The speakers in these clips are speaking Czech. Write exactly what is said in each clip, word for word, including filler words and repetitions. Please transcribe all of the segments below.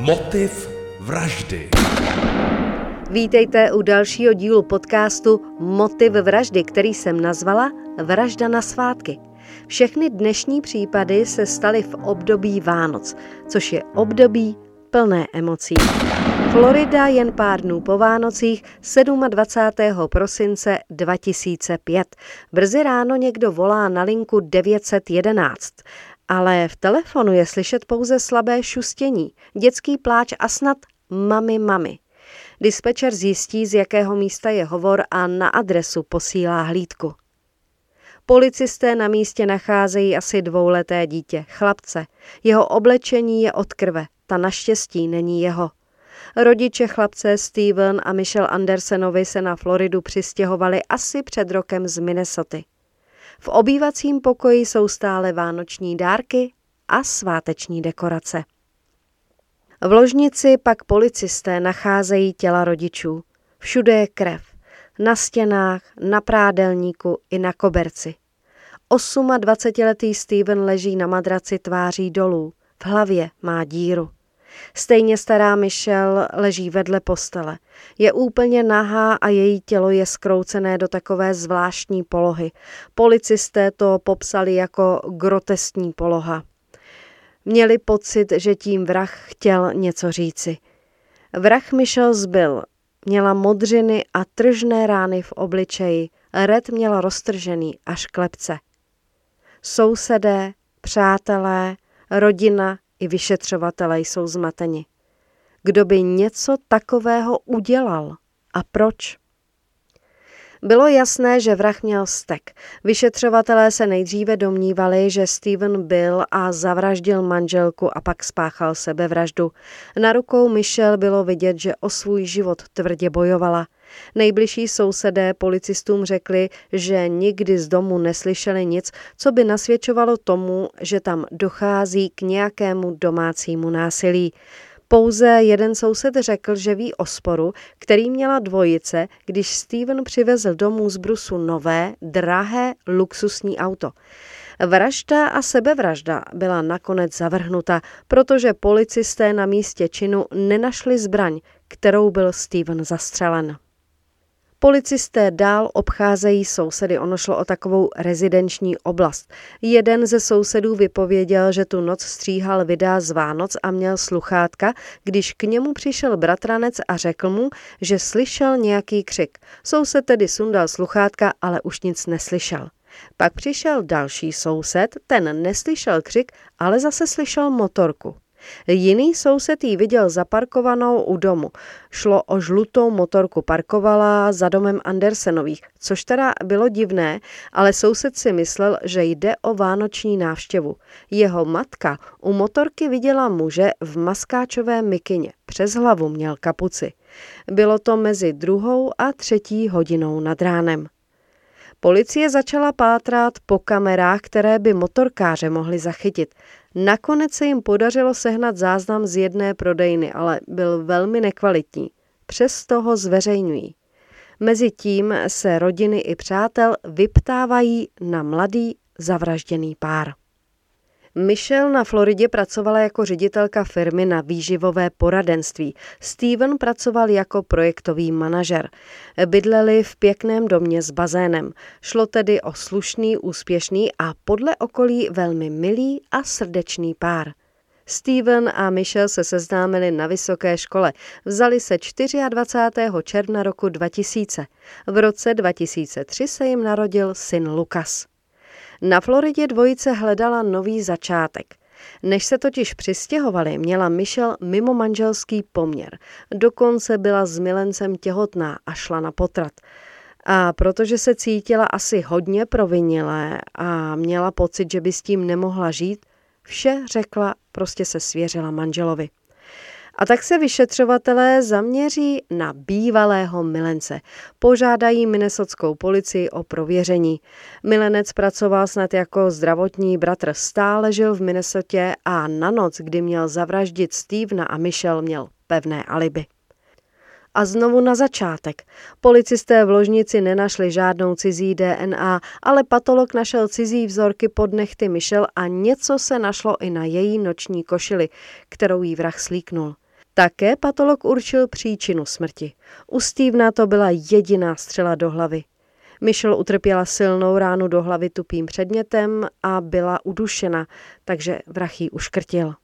Motiv vraždy. Vítejte u dalšího dílu podcastu Motiv vraždy, který jsem nazvala Vražda na svátky. Všechny dnešní případy se staly v období Vánoc, což je období plné emocí. Florida jen pár dnů po Vánocích dvacátého sedmého prosince dva tisíce pět. Brzy ráno někdo volá na linku devět set jedenáct. Ale v telefonu je slyšet pouze slabé šustění, dětský pláč a snad mami, mami. Dispečer zjistí, z jakého místa je hovor a na adresu posílá hlídku. Policisté na místě nacházejí asi dvouleté dítě, chlapce. Jeho oblečení je od krve, ta naštěstí není jeho. Rodiče chlapce Steven a Michelle Andersonovi se na Floridu přistěhovali asi před rokem z Minnesoty. V obývacím pokoji jsou stále vánoční dárky a sváteční dekorace. V ložnici pak policisté nacházejí těla rodičů. Všude je krev. Na stěnách, na prádelníku i na koberci. dvacetiosmiletý Steven leží na madraci tváří dolů. V hlavě má díru. Stejně stará Michelle leží vedle postele. Je úplně nahá a její tělo je zkroucené do takové zvláštní polohy. Policisté to popsali jako groteskní poloha. Měli pocit, že tím vrah chtěl něco říci. Vrah Michelle zbyl. Měla modřiny a tržné rány v obličeji. Red měla roztržený až k lebce. Sousedé, přátelé, rodina i vyšetřovatelé jsou zmateni. Kdo by něco takového udělal a proč? Bylo jasné, že vrah měl vztek. Vyšetřovatelé se nejdříve domnívali, že Steven byl a zavraždil manželku a pak spáchal sebevraždu. Na rukou Michelle bylo vidět, že o svůj život tvrdě bojovala. Nejbližší sousedé policistům řekli, že nikdy z domu neslyšeli nic, co by nasvědčovalo tomu, že tam dochází k nějakému domácímu násilí. Pouze jeden soused řekl, že ví o sporu, který měla dvojice, když Steven přivezl domů z Brusu nové, drahé, luxusní auto. Vražda a sebevražda byla nakonec zavrhnuta, protože policisté na místě činu nenašli zbraň, kterou byl Steven zastřelen. Policisté dál obcházejí sousedy, ono šlo o takovou rezidenční oblast. Jeden ze sousedů vypověděl, že tu noc stříhal videa z Vánoc a měl sluchátka, když k němu přišel bratranec a řekl mu, že slyšel nějaký křik. Soused tedy sundal sluchátka, ale už nic neslyšel. Pak přišel další soused, ten neslyšel křik, ale zase slyšel motorku. Jiný soused ji viděl zaparkovanou u domu. Šlo o žlutou motorku, parkovala za domem Andersonových, což teda bylo divné, ale soused si myslel, že jde o vánoční návštěvu. Jeho matka u motorky viděla muže v maskáčové mikině, přes hlavu měl kapuci. Bylo to mezi druhou a třetí hodinou nad ránem. Policie začala pátrat po kamerách, které by motorkáře mohly zachytit. Nakonec se jim podařilo sehnat záznam z jedné prodejny, ale byl velmi nekvalitní. Přesto ho zveřejňují. Mezitím se rodiny i přátel vyptávají na mladý zavražděný pár. Michelle na Floridě pracovala jako ředitelka firmy na výživové poradenství. Steven pracoval jako projektový manažer. Bydleli v pěkném domě s bazénem. Šlo tedy o slušný, úspěšný a podle okolí velmi milý a srdečný pár. Steven a Michelle se seznámili na vysoké škole. Vzali se dvacátého čtvrtého června roku dva tisíce. V roce dva tisíce tři se jim narodil syn Lucas. Na Floridě dvojice hledala nový začátek. Než se totiž přistěhovali, měla Michelle mimo manželský poměr. Dokonce byla s milencem těhotná a šla na potrat. A protože se cítila asi hodně provinilé a měla pocit, že by s tím nemohla žít, vše řekla, prostě se svěřila manželovi. A tak se vyšetřovatelé zaměří na bývalého milence. Požádají minnesotskou policii o prověření. Milenec pracoval snad jako zdravotní bratr, stále žil v Minnesotě a na noc, kdy měl zavraždit Stevena a Michelle, měl pevné alibi. A znovu na začátek. Policisté v ložnici nenašli žádnou cizí D N A, ale patolog našel cizí vzorky pod nehty Michelle a něco se našlo i na její noční košili, kterou jí vrah slíknul. Také patolog určil příčinu smrti. U Stevena to byla jediná střela do hlavy. Michelle utrpěla silnou ránu do hlavy tupým předmětem a byla udušena, takže vrah ji uškrtil.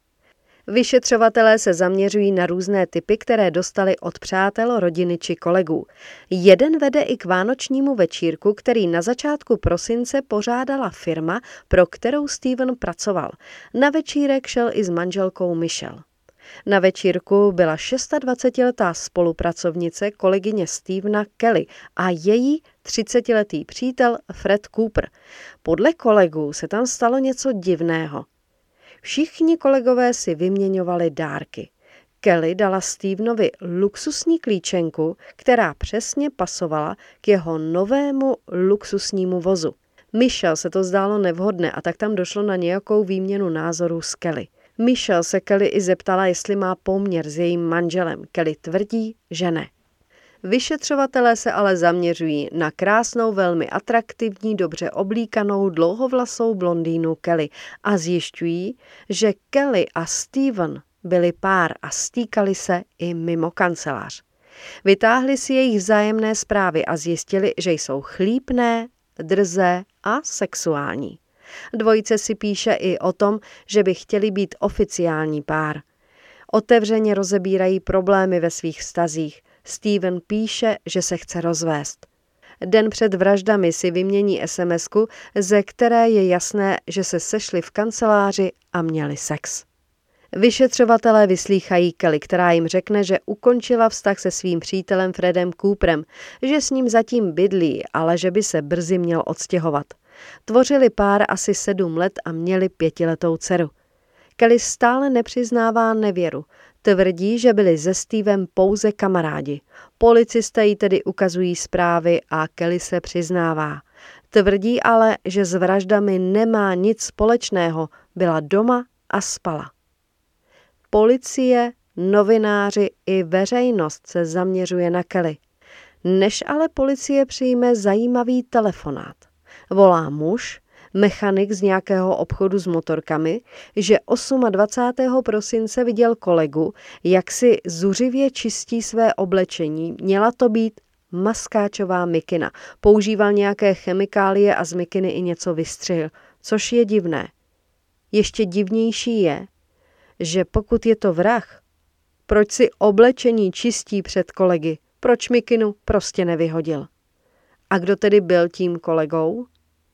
Vyšetřovatelé se zaměřují na různé tipy, které dostali od přátel, rodiny či kolegů. Jeden vede i k vánočnímu večírku, který na začátku prosince pořádala firma, pro kterou Steven pracoval. Na večírek šel i s manželkou Michelle. Na večírku byla dvacetišestiletá spolupracovnice kolegyně Stevena Kelly a její třicetiletý přítel Fred Cooper. Podle kolegů se tam stalo něco divného. Všichni kolegové si vyměňovali dárky. Kelly dala Stevenovi luxusní klíčenku, která přesně pasovala k jeho novému luxusnímu vozu. Michelle se to zdálo nevhodné a tak tam došlo na nějakou výměnu názorů s Kelly. Michelle se Kelly i zeptala, jestli má poměr s jejím manželem. Kelly tvrdí, že ne. Vyšetřovatelé se ale zaměřují na krásnou, velmi atraktivní, dobře oblíkanou, dlouhovlasou blondýnu Kelly a zjišťují, že Kelly a Steven byli pár a stýkali se i mimo kancelář. Vytáhli si jejich vzájemné zprávy a zjistili, že jsou chlípné, drzé a sexuální. Dvojice si píše i o tom, že by chtěli být oficiální pár. Otevřeně rozebírají problémy ve svých vztazích. Steven píše, že se chce rozvést. Den před vraždami si vymění esemesku, ze které je jasné, že se sešli v kanceláři a měli sex. Vyšetřovatelé vyslýchají Kelly, která jim řekne, že ukončila vztah se svým přítelem Fredem Cooperem, že s ním zatím bydlí, ale že by se brzy měl odstěhovat. Tvořili pár asi sedm let a měli pětiletou dceru. Kelly stále nepřiznává nevěru. Tvrdí, že byli se Stevem pouze kamarádi. Policisté jí tedy ukazují zprávy a Kelly se přiznává. Tvrdí ale, že s vraždami nemá nic společného, byla doma a spala. Policie, novináři i veřejnost se zaměřuje na Kelly. Než ale policie přijme zajímavý telefonát. Volá muž, mechanik z nějakého obchodu s motorkami, že dvacátého osmého prosince viděl kolegu, jak si zuřivě čistí své oblečení. Měla to být maskáčová mikina. Používal nějaké chemikálie a z mikiny i něco vystřihl, což je divné. Ještě divnější je, že pokud je to vrah, proč si oblečení čistí před kolegy, proč mikinu prostě nevyhodil. A kdo tedy byl tím kolegou?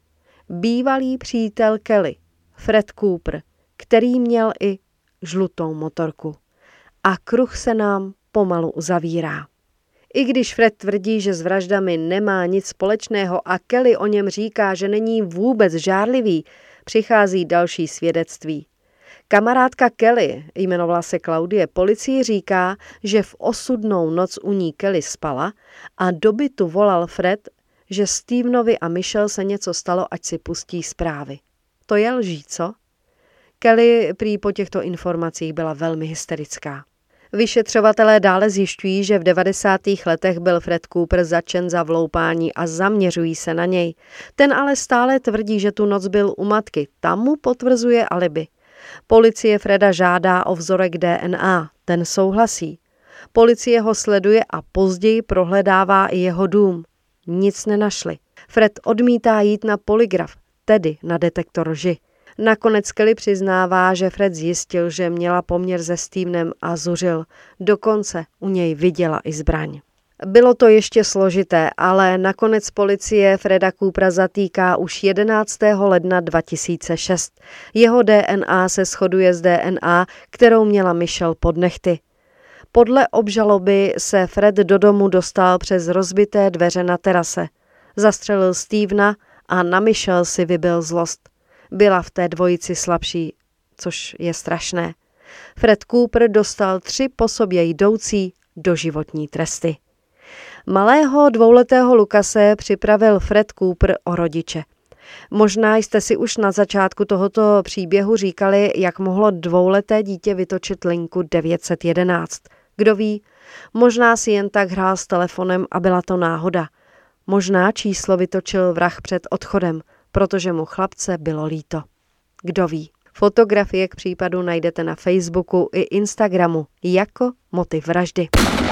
Bývalý přítel Kelly, Fred Cooper, který měl i žlutou motorku. A kruh se nám pomalu uzavírá. I když Fred tvrdí, že s vraždami nemá nic společného a Kelly o něm říká, že není vůbec žárlivý, přichází další svědectví. Kamarádka Kelly, jmenovala se Claudie, policii říká, že v osudnou noc u ní Kelly spala a do bytu volal Fred, že Stevenovi a Michelle se něco stalo, ať si pustí zprávy. To je lží, co? Kelly prý po těchto informacích byla velmi hysterická. Vyšetřovatelé dále zjišťují, že v devadesátých letech byl Fred Cooper zatčen za vloupání a zaměřují se na něj. Ten ale stále tvrdí, že tu noc byl u matky. Tam mu potvrzuje alibi. Policie Freda žádá o vzorek D N A. Ten souhlasí. Policie ho sleduje a později prohledává i jeho dům. Nic nenašli. Fred odmítá jít na polygraf, tedy na detektor lži. Nakonec Kelly přiznává, že Fred zjistil, že měla poměr se Stevenem a zuřil. Dokonce u něj viděla i zbraň. Bylo to ještě složité, ale nakonec policie Freda Coopera zatýká už jedenáctého ledna dva tisíce šest. Jeho D N A se shoduje s D N A, kterou měla Michelle pod nehty. Podle obžaloby se Fred do domu dostal přes rozbité dveře na terase. Zastřelil Stevena a na Michelle si vybil zlost. Byla v té dvojici slabší, což je strašné. Fred Cooper dostal tři po sobě jdoucí doživotní tresty. Malého dvouletého Lukase připravil Fred Cooper o rodiče. Možná jste si už na začátku tohoto příběhu říkali, jak mohlo dvouleté dítě vytočit linku devět set jedenáct. Kdo ví, možná si jen tak hrál s telefonem a byla to náhoda. Možná číslo vytočil vrah před odchodem, protože mu chlapce bylo líto. Kdo ví. Fotografie k případu najdete na Facebooku i Instagramu jako Motiv vraždy.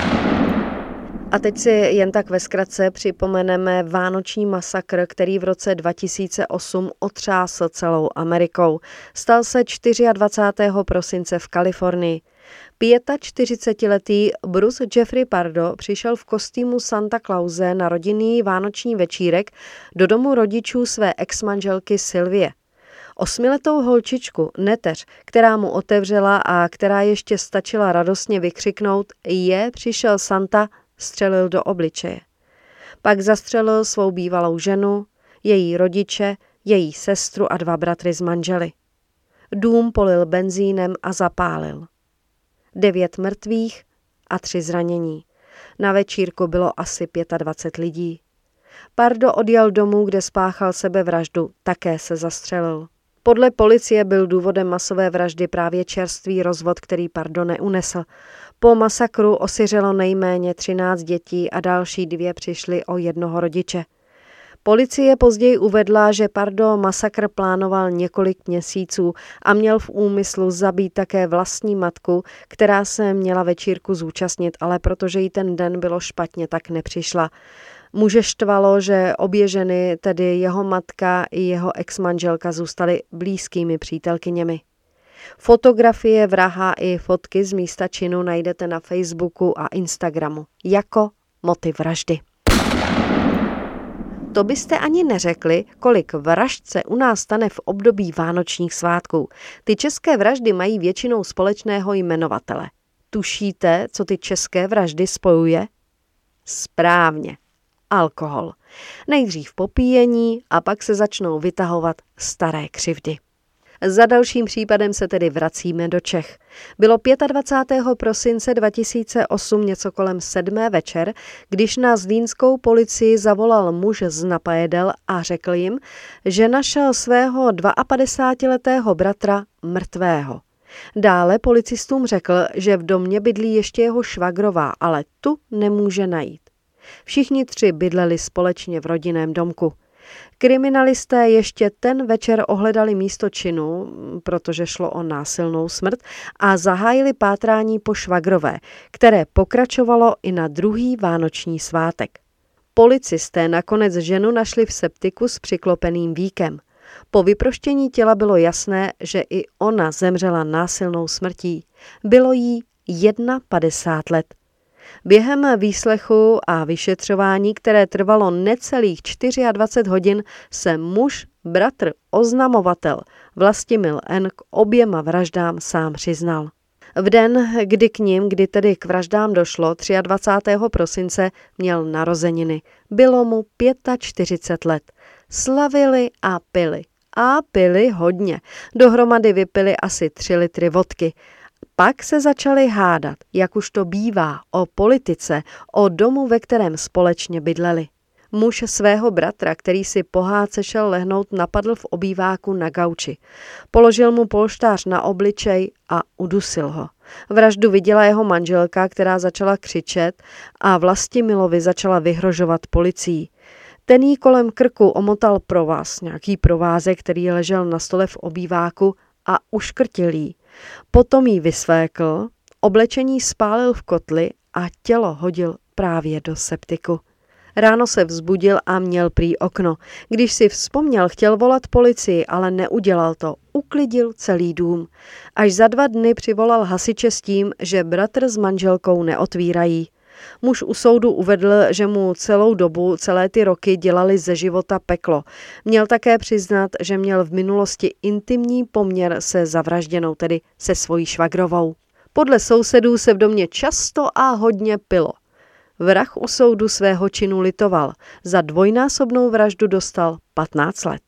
A teď si jen tak ve zkratce připomeneme vánoční masakr, který v roce dva tisíce osm otřásl celou Amerikou. Stal se dvacátého čtvrtého prosince v Kalifornii. čtyřicetiletý Bruce Jeffrey Pardo přišel v kostýmu Santa Clause na rodinný vánoční večírek do domu rodičů své exmanželky Sylvie. Osmiletou holčičku, neteř, která mu otevřela a která ještě stačila radostně vykřiknout je, přišel Santa, střelil do obličeje. Pak zastřelil svou bývalou ženu, její rodiče, její sestru a dva bratry z manžely. Dům polil benzínem a zapálil. Devět mrtvých a tři zranění. Na večírku bylo asi dvacet pět lidí. Pardo odjel domů, kde spáchal sebevraždu, také se zastřelil. Podle policie byl důvodem masové vraždy právě čerstvý rozvod, který Pardo neunesl. Po masakru osiřelo nejméně třináct dětí a další dvě přišly o jednoho rodiče. Policie později uvedla, že Pardo masakr plánoval několik měsíců a měl v úmyslu zabít také vlastní matku, která se měla večírku zúčastnit, ale protože jí ten den bylo špatně, tak nepřišla. Muže štvalo, že obě ženy, tedy jeho matka i jeho exmanželka, zůstaly blízkými přítelkyněmi. Fotografie vraha i fotky z místa činu najdete na Facebooku a Instagramu jako Motiv vraždy. To byste ani neřekli, kolik vražd se u nás stane v období vánočních svátků. Ty české vraždy mají většinou společného jmenovatele. Tušíte, co ty české vraždy spojuje? Správně. Alkohol. Nejdřív popíjení a pak se začnou vytahovat staré křivdy. Za dalším případem se tedy vracíme do Čech. Bylo dvacátého pátého prosince dva tisíce osm něco kolem sedmé večer, když na zlínskou policii zavolal muž z Napajedel a řekl jim, že našel svého padesátidvouletého bratra mrtvého. Dále policistům řekl, že v domě bydlí ještě jeho švagrová, ale tu nemůže najít. Všichni tři bydleli společně v rodinném domku. Kriminalisté ještě ten večer ohledali místo činu, protože šlo o násilnou smrt, a zahájili pátrání po švagrové, které pokračovalo i na druhý vánoční svátek. Policisté nakonec ženu našli v septiku s přiklopeným víkem. Po vyproštění těla bylo jasné, že i ona zemřela násilnou smrtí. Bylo jí padesát jedna let. Během výslechu a vyšetřování, které trvalo necelých dvacet čtyři hodin, se muž, bratr, oznamovatel Vlastimil N. k oběma vraždám sám přiznal. V den, kdy k nim, kdy tedy k vraždám došlo, dvacátého třetího prosince, měl narozeniny. Bylo mu čtyřicet pět let. Slavili a pili. A pili hodně. Dohromady vypili asi tři litry vodky. Pak se začali hádat, jak už to bývá, o politice, o domu, ve kterém společně bydleli. Muž svého bratra, který si po hádce šel lehnout, napadl v obýváku na gauči. Položil mu polštář na obličej a udusil ho. Vraždu viděla jeho manželka, která začala křičet a Vlastimilovi začala vyhrožovat policií. Ten jí kolem krku omotal provaz, nějaký provázek, který ležel na stole v obýváku, a uškrtil jí. Potom jí vysvékl, oblečení spálil v kotli a tělo hodil právě do septiku. Ráno se vzbudil a měl prý okno. Když si vzpomněl, chtěl volat policii, ale neudělal to. Uklidil celý dům. Až za dva dny přivolal hasiče s tím, že bratr s manželkou neotvírají. Muž u soudu uvedl, že mu celou dobu, celé ty roky dělali ze života peklo. Měl také přiznat, že měl v minulosti intimní poměr se zavražděnou, tedy se svojí švagrovou. Podle sousedů se v domě často a hodně pilo. Vrah u soudu svého činu litoval. Za dvojnásobnou vraždu dostal patnáct let.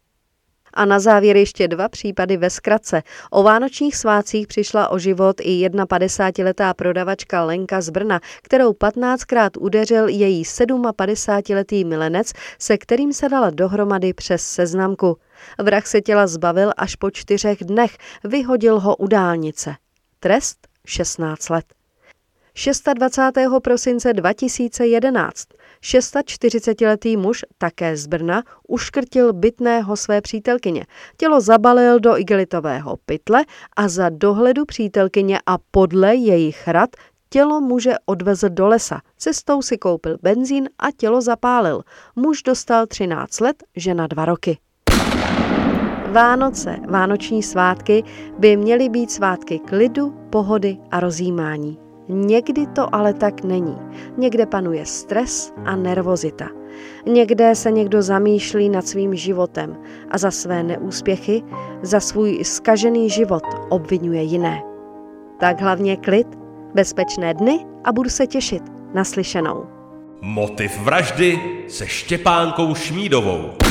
A na závěr ještě dva případy ve zkratce. O vánočních svátcích přišla o život i padesátijednoletá prodavačka Lenka z Brna, kterou patnáctkrát udeřil její padesátsedmiletý milenec, se kterým se dala dohromady přes seznamku. Vrah se těla zbavil až po čtyřech dnech, vyhodil ho u dálnice. Trest šestnáct let. dvacátého šestého prosince dva tisíce jedenáct čtyřicetišestiletý muž, také z Brna, uškrtil bytného své přítelkyně. Tělo zabalil do igelitového pytle a za dohledu přítelkyně a podle jejich rad tělo muže odvezl do lesa. Cestou si koupil benzín a tělo zapálil. Muž dostal třináct let, žena dva roky. Vánoce, vánoční svátky by měly být svátky klidu, pohody a rozjímání. Někdy to ale tak není. Někde panuje stres a nervozita. Někde se někdo zamýšlí nad svým životem a za své neúspěchy, za svůj zkažený život obvinuje jiné. Tak hlavně klid, bezpečné dny a budu se těšit. Naslyšenou. Motiv vraždy se Štěpánkou Šmídovou.